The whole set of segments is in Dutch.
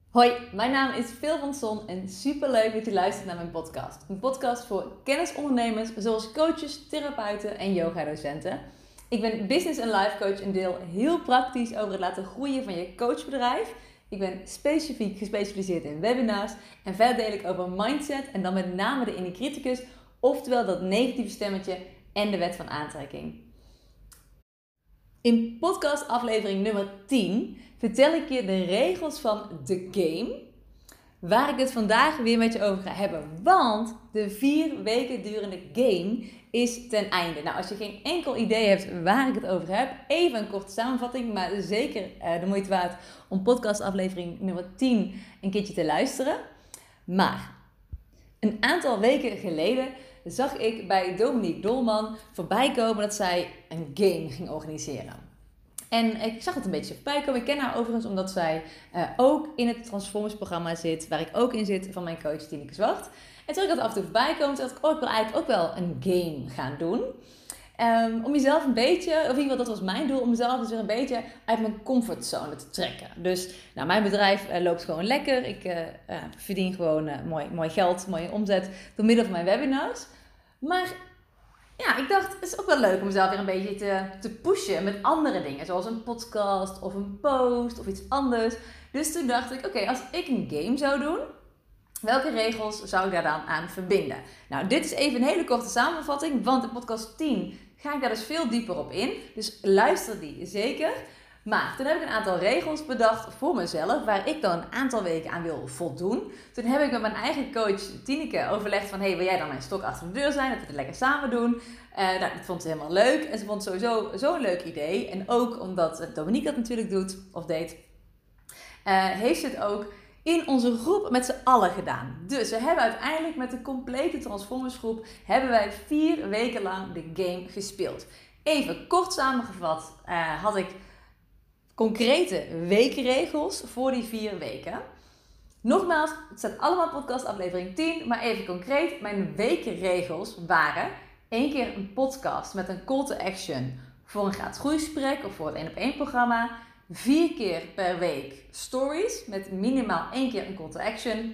Hoi, mijn naam is Phil van Son en superleuk dat je luistert naar mijn podcast. Een podcast voor kennisondernemers zoals coaches, therapeuten en yogadocenten. Ik ben business en life coach en deel heel praktisch over het laten groeien van je coachbedrijf. Ik ben specifiek gespecialiseerd in webinars en verder deel ik over mindset en dan met name de inner criticus, oftewel dat negatieve stemmetje en de wet van aantrekking. In podcast aflevering nummer 10 vertel ik je de regels van The Game, waar ik het vandaag weer met je over ga hebben. Want de 4 weken durende game is ten einde. Nou, als je geen enkel idee hebt waar ik het over heb, even een korte samenvatting, maar zeker de moeite waard om podcast aflevering nummer 10 een keertje te luisteren. Maar een aantal weken geleden zag ik bij Dominique Dolman voorbij komen dat zij een game ging organiseren. En ik zag het een beetje voorbij komen. Ik ken haar overigens omdat zij ook in het Transformers-programma zit, waar ik ook in zit van mijn coach Tineke Zwart. En toen ik dat af en toe voorbij kwam, dacht ik, ik wil eigenlijk ook wel een game gaan doen. Om jezelf een beetje, of in ieder geval dat was mijn doel, om mezelf dus weer een beetje uit mijn comfortzone te trekken. Dus mijn bedrijf loopt gewoon lekker. Ik verdien gewoon mooi geld, mooie omzet door middel van mijn webinars. Maar ja, ik dacht, het is ook wel leuk om mezelf weer een beetje te pushen met andere dingen. Zoals een podcast of een post of iets anders. Dus toen dacht ik, oké, als ik een game zou doen, welke regels zou ik daar dan aan verbinden? Nou, dit is even een hele korte samenvatting, want in podcast 10 ga ik daar dus veel dieper op in. Dus luister die zeker. Maar toen heb ik een aantal regels bedacht voor mezelf, waar ik dan een aantal weken aan wil voldoen. Toen heb ik met mijn eigen coach Tineke overlegd van, wil jij dan mijn stok achter de deur zijn? Dat we het lekker samen doen. Dat vond ze helemaal leuk. En ze vond het sowieso zo'n leuk idee. En ook omdat Dominique dat natuurlijk doet, of deed, heeft ze het ook in onze groep met z'n allen gedaan. Dus we hebben uiteindelijk met de complete Transformers groep, hebben wij 4 weken lang de game gespeeld. Even kort samengevat had ik concrete weekregels voor die 4 weken. Nogmaals, het staat allemaal podcast aflevering 10, maar even concreet. Mijn weekregels waren 1 keer een podcast met een call to action voor een gratis groeigesprek of voor het 1-op-1 programma. 4 keer per week stories met minimaal 1 keer een call to action.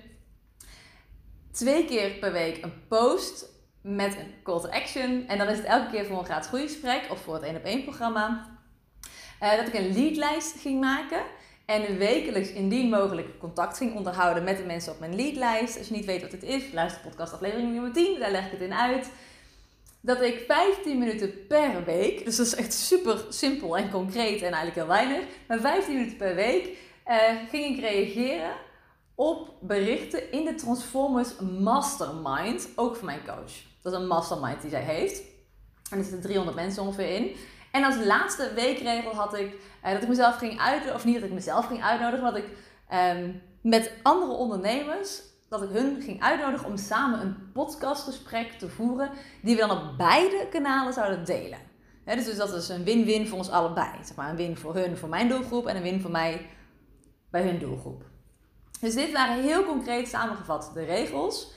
2 keer per week een post met een call to action. En dan is het elke keer voor een gratis groeigesprek of voor het 1-op-1 programma. Dat ik een leadlijst ging maken. En wekelijks indien mogelijk contact ging onderhouden met de mensen op mijn leadlijst. Als je niet weet wat het is, luister podcast aflevering nummer 10. Daar leg ik het in uit. Dat ik 15 minuten per week, dus dat is echt super simpel en concreet en eigenlijk heel weinig. Maar 15 minuten per week ging ik reageren op berichten in de Transformers Mastermind. Ook voor mijn coach. Dat is een mastermind die zij heeft. En er zitten 300 mensen ongeveer in. En als laatste weekregel had ik dat ik mezelf ging uitnodigen, of niet dat ik mezelf ging uitnodigen, maar dat ik met andere ondernemers, dat ik hun ging uitnodigen om samen een podcastgesprek te voeren, die we dan op beide kanalen zouden delen. Dus dat is een win-win voor ons allebei. Zeg maar een win voor hun, voor mijn doelgroep, en een win voor mij bij hun doelgroep. Dus dit waren heel concreet samengevat de regels.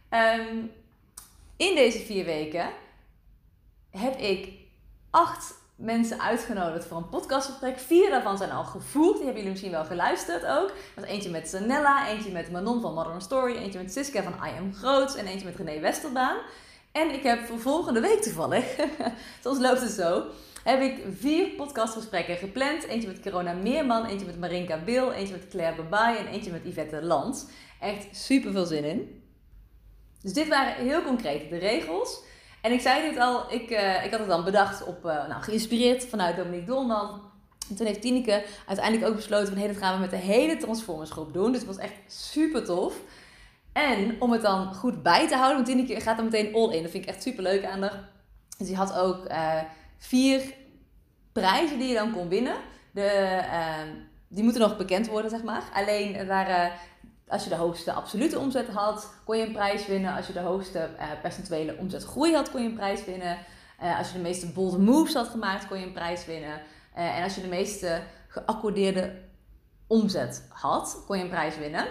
In deze 4 weken heb ik 8 mensen uitgenodigd voor een podcastgesprek. 4 daarvan zijn al gevoerd. Die hebben jullie misschien wel geluisterd ook. Dat is eentje met Sanella, eentje met Manon van Modern Story, eentje met Siska van I Am Groots en eentje met René Westerbaan. En ik heb voor volgende week toevallig, soms loopt het zo, heb ik 4 podcastgesprekken gepland. Eentje met Corona Meerman, eentje met Marinka Bil, eentje met Claire Babai en eentje met Yvette Land. Echt super veel zin in. Dus dit waren heel concreet de regels. En ik zei dit al, ik had het dan bedacht geïnspireerd vanuit Dominique Dolman. En toen heeft Tineke uiteindelijk ook besloten van dat gaan we met de hele Transformers groep doen. Dus het was echt super tof. En om het dan goed bij te houden, want Tineke gaat er meteen all in. Dat vind ik echt super leuk aan haar. Dus die had ook 4 prijzen die je dan kon winnen. Die moeten nog bekend worden, zeg maar. Alleen er waren, als je de hoogste absolute omzet had, kon je een prijs winnen. Als je de hoogste percentuele omzetgroei had, kon je een prijs winnen. Als je de meeste bold moves had gemaakt, kon je een prijs winnen. En als je de meeste geaccordeerde omzet had, kon je een prijs winnen.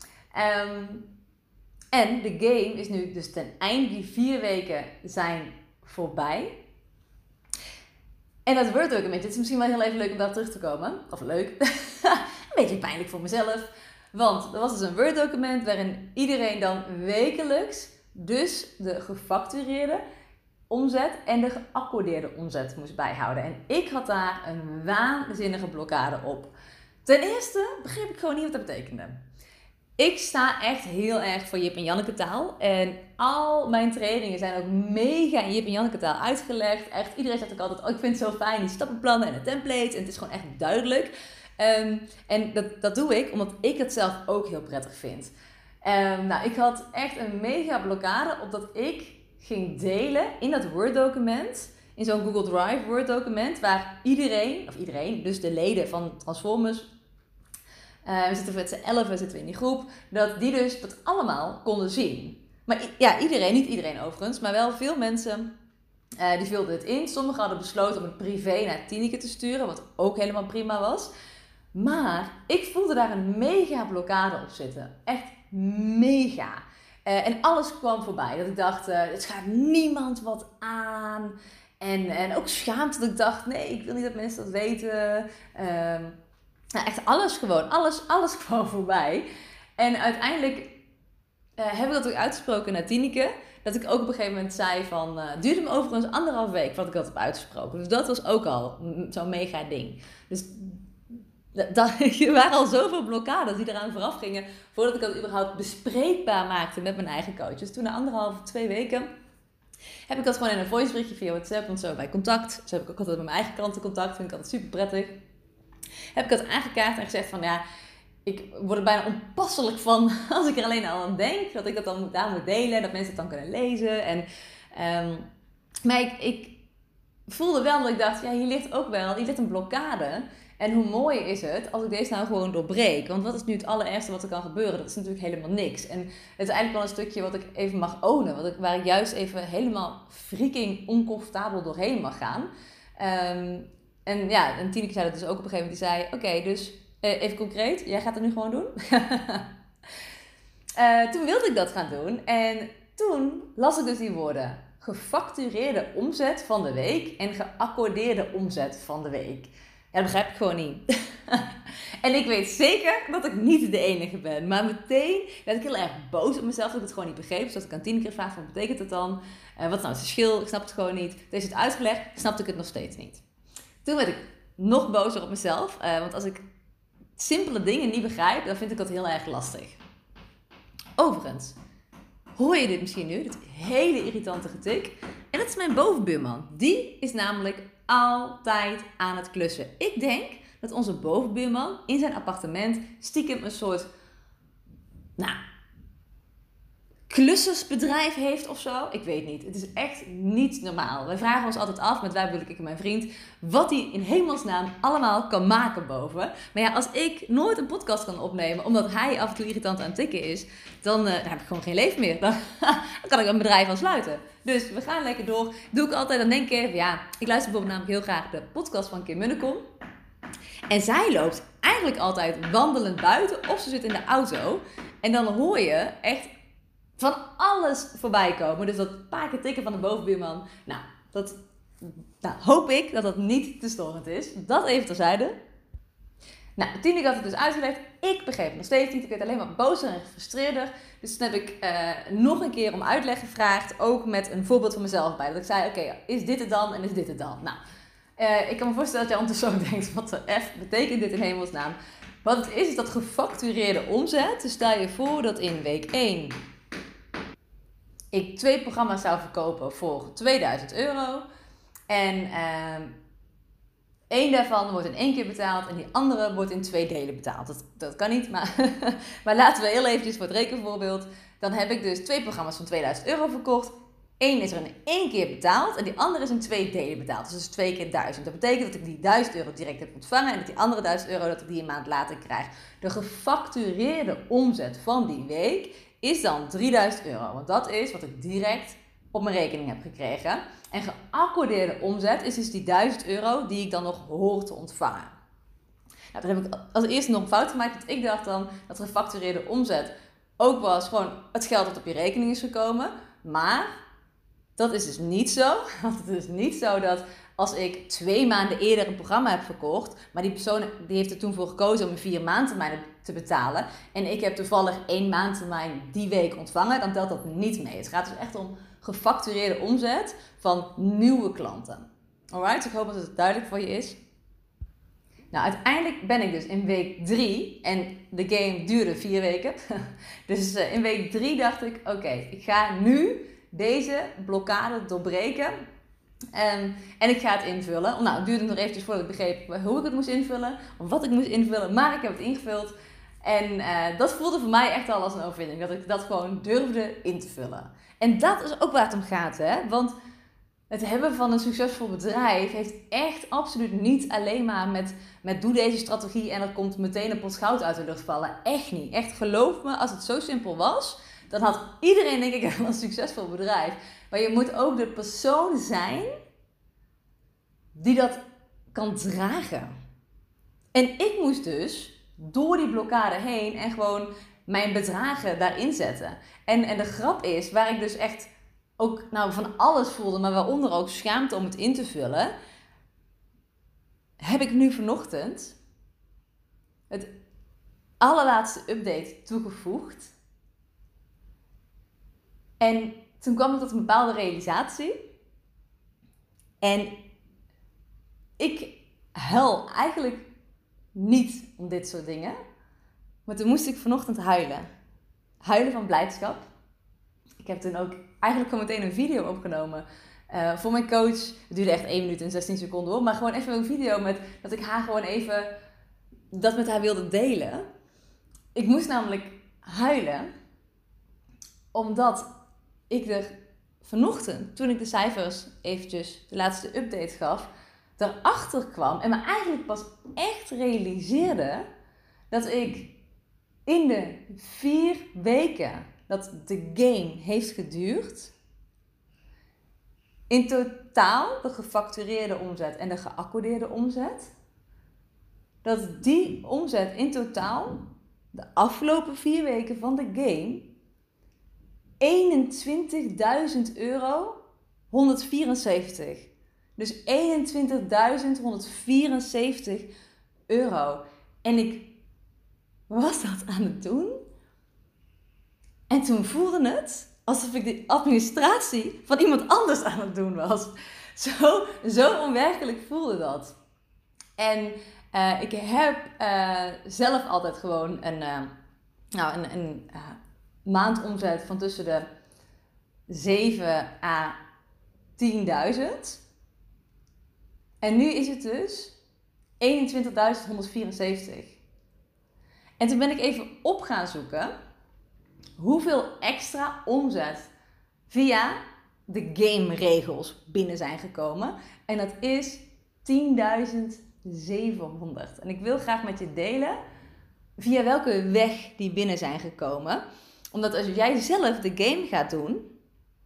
En de game is nu dus ten einde. Die 4 weken zijn voorbij. En dat wordt ook een beetje. Het is misschien wel heel even leuk om daar terug te komen. Of leuk. Een beetje pijnlijk voor mezelf. Want er was dus een Word document waarin iedereen dan wekelijks dus de gefactureerde omzet en de geaccordeerde omzet moest bijhouden. En ik had daar een waanzinnige blokkade op. Ten eerste begreep ik gewoon niet wat dat betekende. Ik sta echt heel erg voor Jip en Janneke taal. En al mijn trainingen zijn ook mega in Jip en Janneke taal uitgelegd. Echt, iedereen zegt ook altijd, ik vind het zo fijn, die stappenplannen en de templates. En het is gewoon echt duidelijk. En dat doe ik omdat ik het zelf ook heel prettig vind. Ik had echt een mega blokkade op dat ik ging delen in dat Word document. In zo'n Google Drive Word document. Waar iedereen, dus de leden van Transformers. We zitten met z'n 11 zitten we in die groep. Dat die dus dat allemaal konden zien. Maar ja, niet iedereen overigens. Maar wel veel mensen die vulden het in. Sommigen hadden besloten om het privé naar Tineke te sturen. Wat ook helemaal prima was. Maar ik voelde daar een mega blokkade op zitten. Echt mega. En alles kwam voorbij. Dat ik dacht, het gaat niemand wat aan. En ook schaamte dat ik dacht, nee, ik wil niet dat mensen dat weten. Echt alles gewoon. Alles kwam voorbij. En uiteindelijk heb ik dat ook uitgesproken naar Tineke. Dat ik ook op een gegeven moment zei van... Het duurde me overigens 1,5 week wat ik dat heb uitgesproken. Dus dat was ook al zo'n mega ding. Dus er waren al zoveel blokkades die eraan vooraf gingen... voordat ik dat überhaupt bespreekbaar maakte met mijn eigen coach. Dus toen na 1,5, 2 weken... heb ik dat gewoon in een voiceberichtje via WhatsApp. Want zo bij contact. Zo heb ik ook altijd met mijn eigen klanten contact. Vind ik altijd super prettig. Heb ik dat aangekaart en gezegd van ja... Ik word er bijna onpasselijk van als ik er alleen al aan denk. Dat ik dat dan daar moet delen. Dat mensen het dan kunnen lezen. Maar ik voelde wel dat ik dacht... Ja, hier ligt een blokkade. En hoe mooi is het als ik deze nou gewoon doorbreek? Want wat is nu het allerergste wat er kan gebeuren? Dat is natuurlijk helemaal niks. En het is eigenlijk wel een stukje wat ik even mag ownen. Waar ik juist even helemaal freaking oncomfortabel doorheen mag gaan. En Tineke zei dat dus ook op een gegeven moment. Die zei, oké, dus even concreet. Jij gaat het nu gewoon doen? Toen wilde ik dat gaan doen. En toen las ik dus die woorden. Gefactureerde omzet van de week en geaccordeerde omzet van de week. Ja, dat begrijp ik gewoon niet. En ik weet zeker dat ik niet de enige ben. Maar meteen werd ik heel erg boos op mezelf dat ik het gewoon niet begreep. Dus dat ik aan Tineke vraag, wat betekent het dan? Wat is nou het verschil? Ik snap het gewoon niet. Toen is het uitgelegd, snapte ik het nog steeds niet. Toen werd ik nog bozer op mezelf. Want als ik simpele dingen niet begrijp, dan vind ik dat heel erg lastig. Overigens, hoor je dit misschien nu? Dit hele irritante getik. En dat is mijn bovenbuurman. Die is namelijk altijd aan het klussen. Ik denk dat onze bovenbuurman in zijn appartement stiekem een soort klussersbedrijf heeft of zo. Ik weet niet. Het is echt niet normaal. Wij vragen ons altijd af, met wij bedoel ik en mijn vriend, wat hij in hemelsnaam allemaal kan maken boven. Maar ja, als ik nooit een podcast kan opnemen, omdat hij af en toe irritant aan het tikken is, dan heb ik gewoon geen leven meer. Dan kan ik een bedrijf aan sluiten. Dus we gaan lekker door. Doe ik altijd, dan denk ik even, ik luister bijvoorbeeld namelijk heel graag de podcast van Kim Munnekom. En zij loopt eigenlijk altijd wandelend buiten of ze zit in de auto. En dan hoor je echt van alles voorbij komen. Dus dat paar keer tikken van de bovenbuurman. Dat hoop ik dat dat niet te storend is. Dat even terzijde. Tineke had het dus uitgelegd. Ik begreep het nog steeds niet. Ik werd alleen maar bozer en gefrustreerder. Dus toen heb ik nog een keer om uitleg gevraagd. Ook met een voorbeeld van mezelf bij. Dat ik zei, oké, is dit het dan en is dit het dan? Ik kan me voorstellen dat jij ondertussen denkt, wat de F betekent dit in hemelsnaam? Wat het is dat gefactureerde omzet. Dus stel je voor dat in week 1... ik 2 programma's zou verkopen voor €2000. En 1 daarvan wordt in 1 keer betaald en die andere wordt in 2 delen betaald. Dat kan niet, maar, maar laten we heel eventjes voor het rekenvoorbeeld. Dan heb ik dus 2 programma's van €2000 verkocht. 1 is er in 1 keer betaald en die andere is in 2 delen betaald. Dus 2 keer 1000. Dat betekent dat ik die €1000 direct heb ontvangen en dat die andere €1000 dat ik die een maand later krijg. De gefactureerde omzet van die week is dan €3000. Want dat is wat ik direct op mijn rekening heb gekregen. En geaccordeerde omzet is dus die €1000 die ik dan nog hoor te ontvangen. Daar heb ik als eerste nog een fout gemaakt. Want ik dacht dan dat gefactureerde omzet ook was gewoon het geld dat op je rekening is gekomen. Maar dat is dus niet zo. Want het is niet zo dat als ik 2 maanden eerder een programma heb verkocht, maar die persoon die heeft er toen voor gekozen om een 4 maandtermijn te betalen en ik heb toevallig 1 maandtermijn die week ontvangen, dan telt dat niet mee. Het gaat dus echt om gefactureerde omzet van nieuwe klanten. Alright, ik hoop dat het duidelijk voor je is. Nou, uiteindelijk ben ik dus in week 3 en de game duurde 4 weken. Dus in week 3 dacht ik, oké, ik ga nu deze blokkade doorbreken. En ik ga het invullen. Nou, het duurde nog eventjes voordat ik begreep hoe ik het moest invullen. Of wat ik moest invullen. Maar ik heb het ingevuld. En dat voelde voor mij echt al als een overwinning. Dat ik dat gewoon durfde in te vullen. En dat is ook waar het om gaat. Hè? Want het hebben van een succesvol bedrijf heeft echt absoluut niet alleen maar met doe deze strategie en er komt meteen een pot goud uit de lucht vallen. Echt niet. Echt, geloof me, als het zo simpel was, dan had iedereen denk ik een succesvol bedrijf. Maar je moet ook de persoon zijn die dat kan dragen. En ik moest dus door die blokkade heen en gewoon mijn bedragen daarin zetten. En de grap is, waar ik dus echt ook van alles voelde, maar waaronder ook schaamte om het in te vullen, heb ik nu vanochtend het allerlaatste update toegevoegd. En toen kwam ik tot een bepaalde realisatie. En ik huil eigenlijk niet om dit soort dingen. Maar toen moest ik vanochtend huilen. Huilen van blijdschap. Ik heb toen ook eigenlijk gewoon meteen een video opgenomen voor mijn coach. Het duurde echt 1 minuut en 16 seconden hoor. Maar gewoon even een video met dat ik haar gewoon even dat met haar wilde delen. Ik moest namelijk huilen. Omdat ik er vanochtend, toen ik de cijfers eventjes de laatste update gaf, erachter kwam en me eigenlijk pas echt realiseerde dat ik in de 4 weken dat de game heeft geduurd, in totaal de gefactureerde omzet en de geaccordeerde omzet, dat die omzet in totaal de afgelopen 4 weken van de game 21.000 euro 174. Dus 21.174 euro. En ik was dat aan het doen. En toen voelde het alsof ik de administratie van iemand anders aan het doen was. Zo onwerkelijk voelde dat. En ik heb zelf altijd gewoon een maandomzet van tussen de 7 à 10.000. En nu is het dus 21.174. En toen ben ik even op gaan zoeken hoeveel extra omzet via de game regels binnen zijn gekomen. En dat is 10.700. En ik wil graag met je delen via welke weg die binnen zijn gekomen. Omdat als jij zelf de game gaat doen,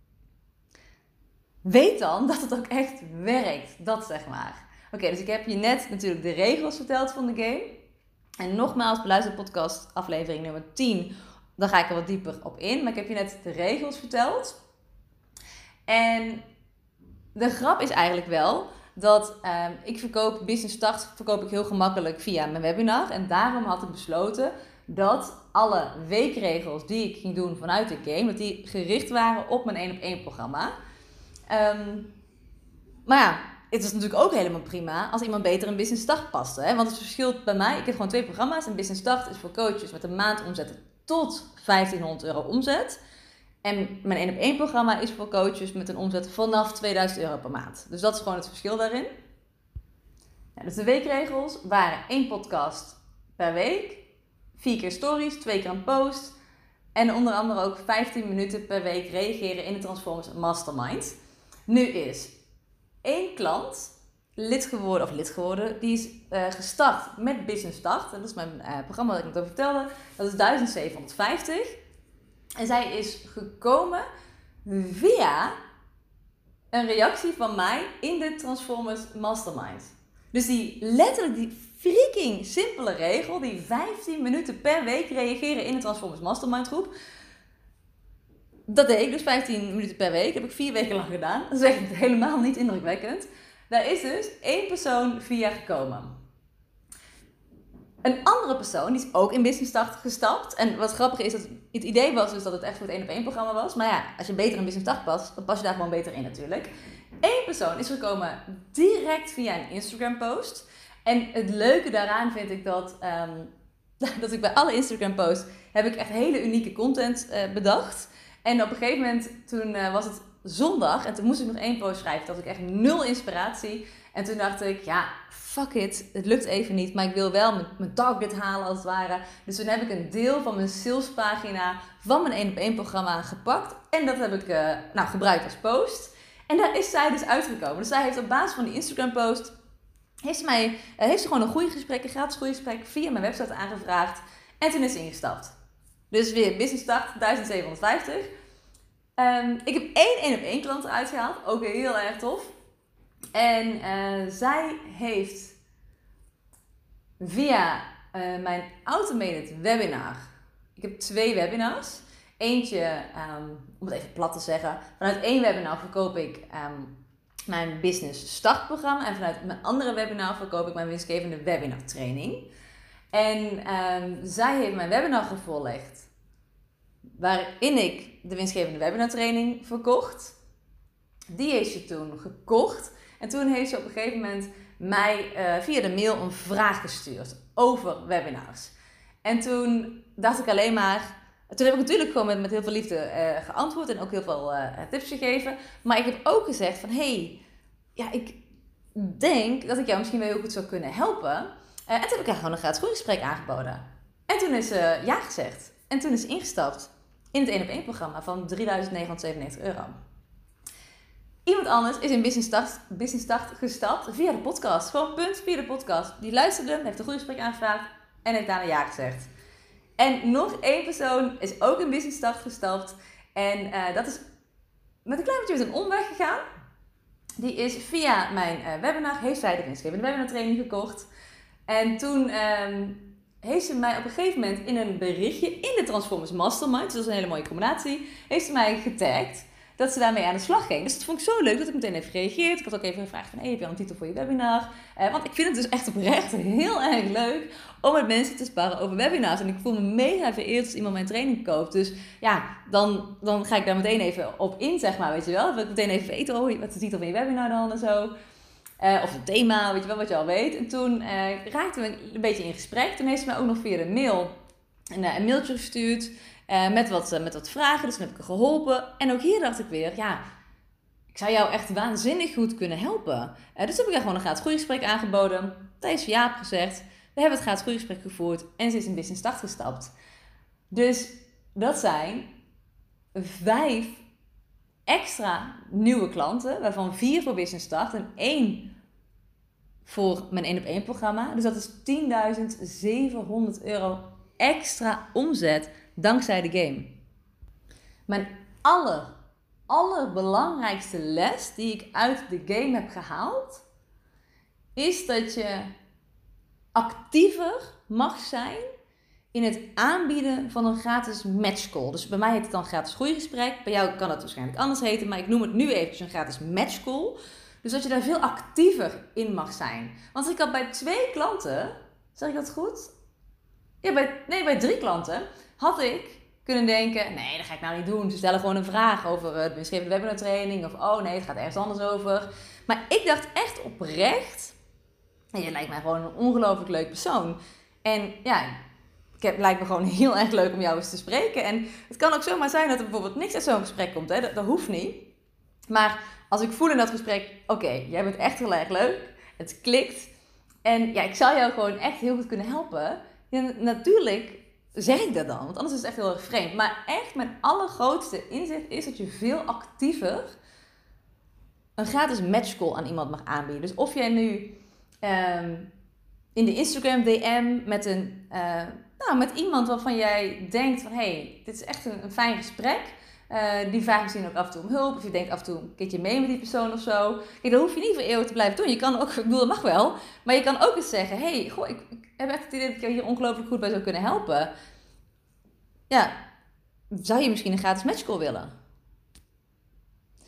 weet dan dat het ook echt werkt. Dat zeg maar. Oké, dus ik heb je net natuurlijk de regels verteld van de game. En nogmaals, beluister de podcast aflevering nummer 10. Dan ga ik er wat dieper op in. Maar ik heb je net de regels verteld. En de grap is eigenlijk wel dat ik verkoop Business Start heel gemakkelijk via mijn webinar. En daarom had ik besloten dat alle weekregels die ik ging doen vanuit de game, dat die gericht waren op mijn 1-op-1 programma. Maar ja, het is natuurlijk ook helemaal prima als iemand beter in Business Start past. Hè? Want het verschilt bij mij. Ik heb gewoon 2 programma's. En Business Start is voor coaches met een maandomzet tot 1.500 euro omzet. En mijn 1-op-1 programma is voor coaches met een omzet vanaf 2.000 euro per maand. Dus dat is gewoon het verschil daarin. Ja, dus de weekregels waren 1 podcast per week, 4 keer stories, 2 keer een post. En onder andere ook 15 minuten per week reageren in de Transformers Mastermind. Nu is 1 klant lid geworden, die is gestart met Business Start. En dat is mijn programma dat ik net over vertelde. Dat is 1.750. En zij is gekomen via een reactie van mij in de Transformers Mastermind. Dus die freaking simpele regel, die 15 minuten per week reageren in de Transformers Mastermind groep. Dat deed ik dus 15 minuten per week. Dat heb ik 4 weken lang gedaan. Dat is echt helemaal niet indrukwekkend. Daar is dus 1 persoon via gekomen. Een andere persoon, die is ook in Business Start gestapt. En wat grappig is, dat het idee was dus dat het echt voor het 1-op-1 programma was. Maar ja, als je beter in Business Start past, dan pas je daar gewoon beter in natuurlijk. 1 persoon is gekomen direct via een Instagram post. En het leuke daaraan vind ik dat ik bij alle Instagram posts heb ik echt hele unieke content bedacht. En op een gegeven moment, toen was het zondag en toen moest ik nog 1 post schrijven. Toen had ik echt 0 inspiratie. En toen dacht ik, ja, fuck it, het lukt even niet, maar ik wil wel mijn target halen als het ware. Dus toen heb ik een deel van mijn salespagina van mijn 1-op-1 programma gepakt. En dat heb ik gebruikt als post. En daar is zij dus uitgekomen. Dus zij heeft op basis van die Instagram post, heeft ze gewoon een gratis groeigesprek via mijn website aangevraagd. En toen is ze ingestapt. Dus weer Business Start 1750. Ik heb 1 1-op-1 klant eruit gehaald. Ook heel erg tof. En zij heeft via mijn automated webinar. Ik heb 2 webinars. Eentje, om het even plat te zeggen. Vanuit 1 webinar verkoop ik mijn business startprogramma. En vanuit mijn andere webinar verkoop ik mijn winstgevende webinar training. En zij heeft mijn webinar gevolgd. Waarin ik de winstgevende webinar training verkocht. Die heeft ze toen gekocht. En toen heeft ze op een gegeven moment mij via de mail een vraag gestuurd over webinars. En toen dacht ik alleen maar... Toen heb ik natuurlijk gewoon met heel veel liefde geantwoord en ook heel veel tips gegeven. Maar ik heb ook gezegd van, ik denk dat ik jou misschien wel heel goed zou kunnen helpen. En toen heb ik haar gewoon een gratis groeigesprek aangeboden. En toen is ze ja gezegd. En toen is ze ingestapt in het 1-op-1 programma van €3.997. Iemand anders is in Business Start gestapt via de podcast. Gewoon punt via de podcast. Die luisterde, heeft een groeigesprek aangevraagd en heeft daarna ja gezegd. En nog 1 persoon is ook in Business Start gestapt. En dat is met een klein beetje met een omweg gegaan. Die is via mijn webinar, heeft zij de winstgevende webinar training gekocht. En toen heeft ze mij op een gegeven moment in een berichtje in de Transformers Mastermind, dus dat is een hele mooie combinatie, heeft ze mij getagd dat ze daarmee aan de slag ging. Dus dat vond ik zo leuk dat ik meteen heb gereageerd. Ik had ook even gevraagd van, heb je al een titel voor je webinar? Want ik vind het dus echt oprecht heel erg leuk om met mensen te sparren over webinars. En ik voel me mega vereerd als iemand mijn training koopt. Dus ja, dan ga ik daar meteen even op in, zeg maar, weet je wel. Dan wil ik meteen even weten, wat is de titel van je webinar dan en zo. Of het thema, weet je wel, wat je al weet. En toen raakten we een beetje in gesprek. Toen heeft ze mij ook nog via de mail een mailtje gestuurd. Met wat vragen, dus toen heb ik haar geholpen. En ook hier dacht ik weer, ik zou jou echt waanzinnig goed kunnen helpen. Dus heb ik haar gewoon een gratis groeigesprek aangeboden. Daar is ja op gezegd. We hebben het gratis groeigesprek gevoerd en ze is in Business Start gestapt. Dus dat zijn 5 extra nieuwe klanten, waarvan 4 voor Business Start en 1 voor mijn 1-op-1 programma. Dus dat is €10.700 extra omzet dankzij de game. Mijn allerbelangrijkste les die ik uit de game heb gehaald, is dat je actiever mag zijn in het aanbieden van een gratis matchcall. Dus bij mij heet het dan gratis groeigesprek. Bij jou kan het waarschijnlijk anders heten, maar ik noem het nu eventjes een gratis matchcall. Dus dat je daar veel actiever in mag zijn. Want ik had bij 2 klanten, zeg ik dat goed? Ja, bij 3 klanten had ik kunnen denken, nee, dat ga ik nou niet doen. Ze stellen gewoon een vraag over de winstgevende webinar training. Of, het gaat ergens anders over. Maar ik dacht echt oprecht, je lijkt mij gewoon een ongelooflijk leuk persoon. En ja, het lijkt me gewoon heel erg leuk om jou eens te spreken. En het kan ook zomaar zijn dat er bijvoorbeeld niks uit zo'n gesprek komt. Hè? Dat hoeft niet. Maar als ik voel in dat gesprek, jij bent echt heel erg leuk. Het klikt. En ja, ik zou jou gewoon echt heel goed kunnen helpen. Ja, natuurlijk zeg ik dat dan, want anders is het echt heel erg vreemd. Maar echt mijn allergrootste inzicht is dat je veel actiever een gratis matchcall aan iemand mag aanbieden. Dus of jij nu in de Instagram DM met iemand waarvan jij denkt van, dit is echt een fijn gesprek. Die vraagt misschien ook af en toe om hulp. Of je denkt af en toe een keertje mee met die persoon of zo. Kijk, dan hoef je niet voor eeuwig te blijven doen. Je kan ook, dat mag wel. Maar je kan ook eens zeggen, ik heb echt het idee dat ik jou hier ongelooflijk goed bij zou kunnen helpen. Ja, zou je misschien een gratis matchcall willen?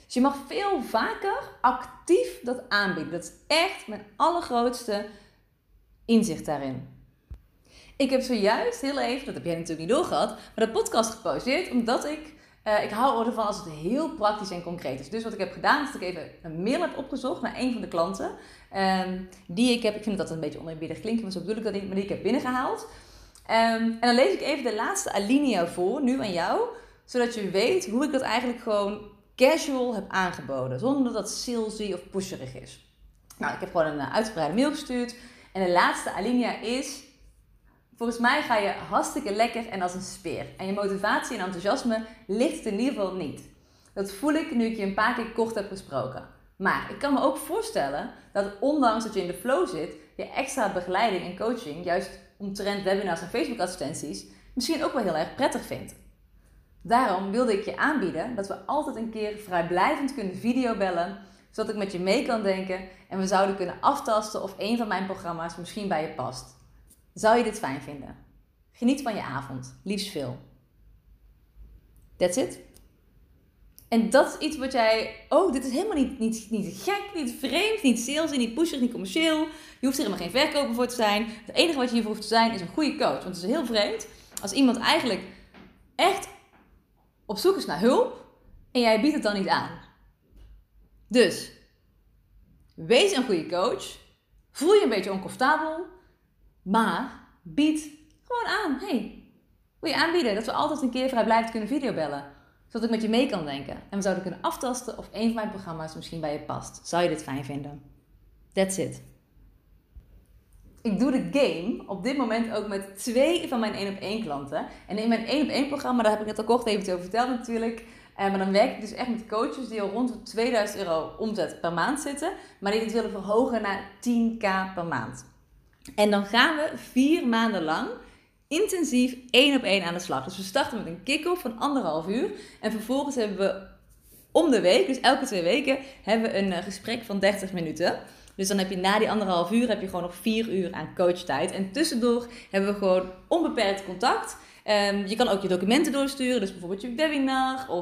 Dus je mag veel vaker actief dat aanbieden. Dat is echt mijn allergrootste inzicht daarin. Ik heb zojuist heel even, dat heb jij natuurlijk niet doorgehad, maar de podcast geposteerd. Omdat ik hou ervan als het heel praktisch en concreet is. Dus wat ik heb gedaan is dat ik even een mail heb opgezocht naar een van de klanten. Die ik heb, ik vind dat een beetje oneerbiedig klinken, maar zo bedoel ik dat niet, maar die ik heb binnengehaald. En dan lees ik even de laatste alinea voor, nu aan jou. Zodat je weet hoe ik dat eigenlijk gewoon casual heb aangeboden. Zonder dat dat salesy of pusherig is. Nou, ik heb gewoon een uitgebreide mail gestuurd. En de laatste alinea is: volgens mij ga je hartstikke lekker en als een speer. En je motivatie en enthousiasme ligt in ieder geval niet. Dat voel ik nu ik je een paar keer kort heb gesproken. Maar ik kan me ook voorstellen dat ondanks dat je in de flow zit, je extra begeleiding en coaching, juist omtrent webinars en Facebook advertenties, misschien ook wel heel erg prettig vindt. Daarom wilde ik je aanbieden dat we altijd een keer vrijblijvend kunnen videobellen, zodat ik met je mee kan denken en we zouden kunnen aftasten of een van mijn programma's misschien bij je past. Zou je dit fijn vinden? Geniet van je avond. Liefst veel. That's it. En dat is iets wat jij... Oh, dit is helemaal niet gek, niet vreemd, niet salesy, niet pusherig, niet commercieel. Je hoeft er helemaal geen verkoper voor te zijn. Het enige wat je hiervoor hoeft te zijn is een goede coach. Want het is heel vreemd als iemand eigenlijk echt op zoek is naar hulp en jij biedt het dan niet aan. Dus, wees een goede coach. Voel je een beetje oncomfortabel. Maar bied gewoon aan. Hey, wil je aanbieden dat we altijd een keer vrijblijvend kunnen videobellen? Zodat ik met je mee kan denken. En we zouden kunnen aftasten of een van mijn programma's misschien bij je past. Zou je dit fijn vinden? That's it. Ik doe de game op dit moment ook met 2 van mijn 1-op-1 klanten. En in mijn 1-op-1 programma, daar heb ik net al kort even over verteld natuurlijk. Maar dan werk ik dus echt met coaches die al rond de €2000 omzet per maand zitten. Maar die dit willen verhogen naar 10.000 per maand. En dan gaan we 4 maanden lang intensief 1-op-1 aan de slag. Dus we starten met een kick-off van 1,5 uur. En vervolgens hebben we om de week, dus elke 2 weken, hebben we een gesprek van 30 minuten. Dus dan heb je na die 1,5 uur heb je gewoon nog 4 uur aan coachtijd. En tussendoor hebben we gewoon onbeperkt contact. Je kan ook je documenten doorsturen. Dus bijvoorbeeld je webinar of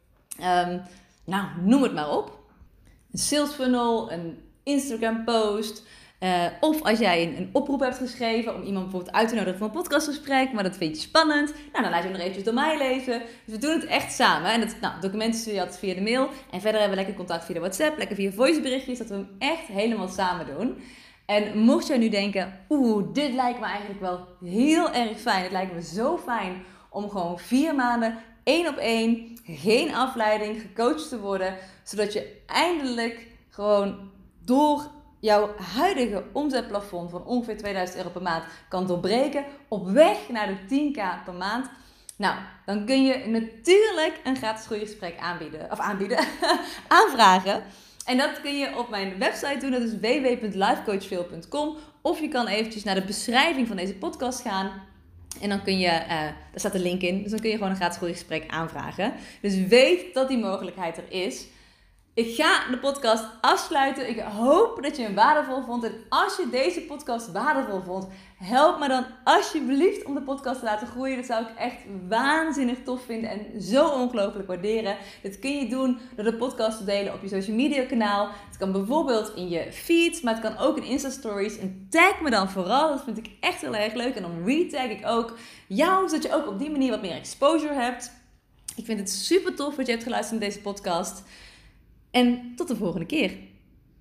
noem het maar op. Een sales funnel, een Instagram post. Of als jij een oproep hebt geschreven om iemand bijvoorbeeld uit te nodigen voor een podcastgesprek, maar dat vind je spannend, dan laat je hem nog eventjes door mij lezen. Dus we doen het echt samen. En documenten stuur je altijd via de mail. En verder hebben we lekker contact via de WhatsApp, lekker via voiceberichtjes, dat we hem echt helemaal samen doen. En mocht jij nu denken, dit lijkt me eigenlijk wel heel erg fijn. Het lijkt me zo fijn om gewoon 4 maanden 1-op-1, geen afleiding, gecoacht te worden, zodat je eindelijk gewoon door jouw huidige omzetplafond van ongeveer €2000 per maand kan doorbreken op weg naar de 10.000 per maand. Nou, dan kun je natuurlijk een gratis groeigesprek aanvragen. En dat kun je op mijn website doen, dat is www.lifecoachveel.com. Of je kan eventjes naar de beschrijving van deze podcast gaan. En dan kun je, daar staat een link in, dus dan kun je gewoon een gratis groeigesprek aanvragen. Dus weet dat die mogelijkheid er is. Ik ga de podcast afsluiten. Ik hoop dat je hem waardevol vond. En als je deze podcast waardevol vond, help me dan alsjeblieft om de podcast te laten groeien. Dat zou ik echt waanzinnig tof vinden en zo ongelooflijk waarderen. Dit kun je doen door de podcast te delen op je social media kanaal. Het kan bijvoorbeeld in je feed, maar het kan ook in Insta Stories. En tag me dan vooral, dat vind ik echt heel erg leuk. En dan retag ik ook jou, zodat je ook op die manier wat meer exposure hebt. Ik vind het super tof dat je hebt geluisterd naar deze podcast. En tot de volgende keer.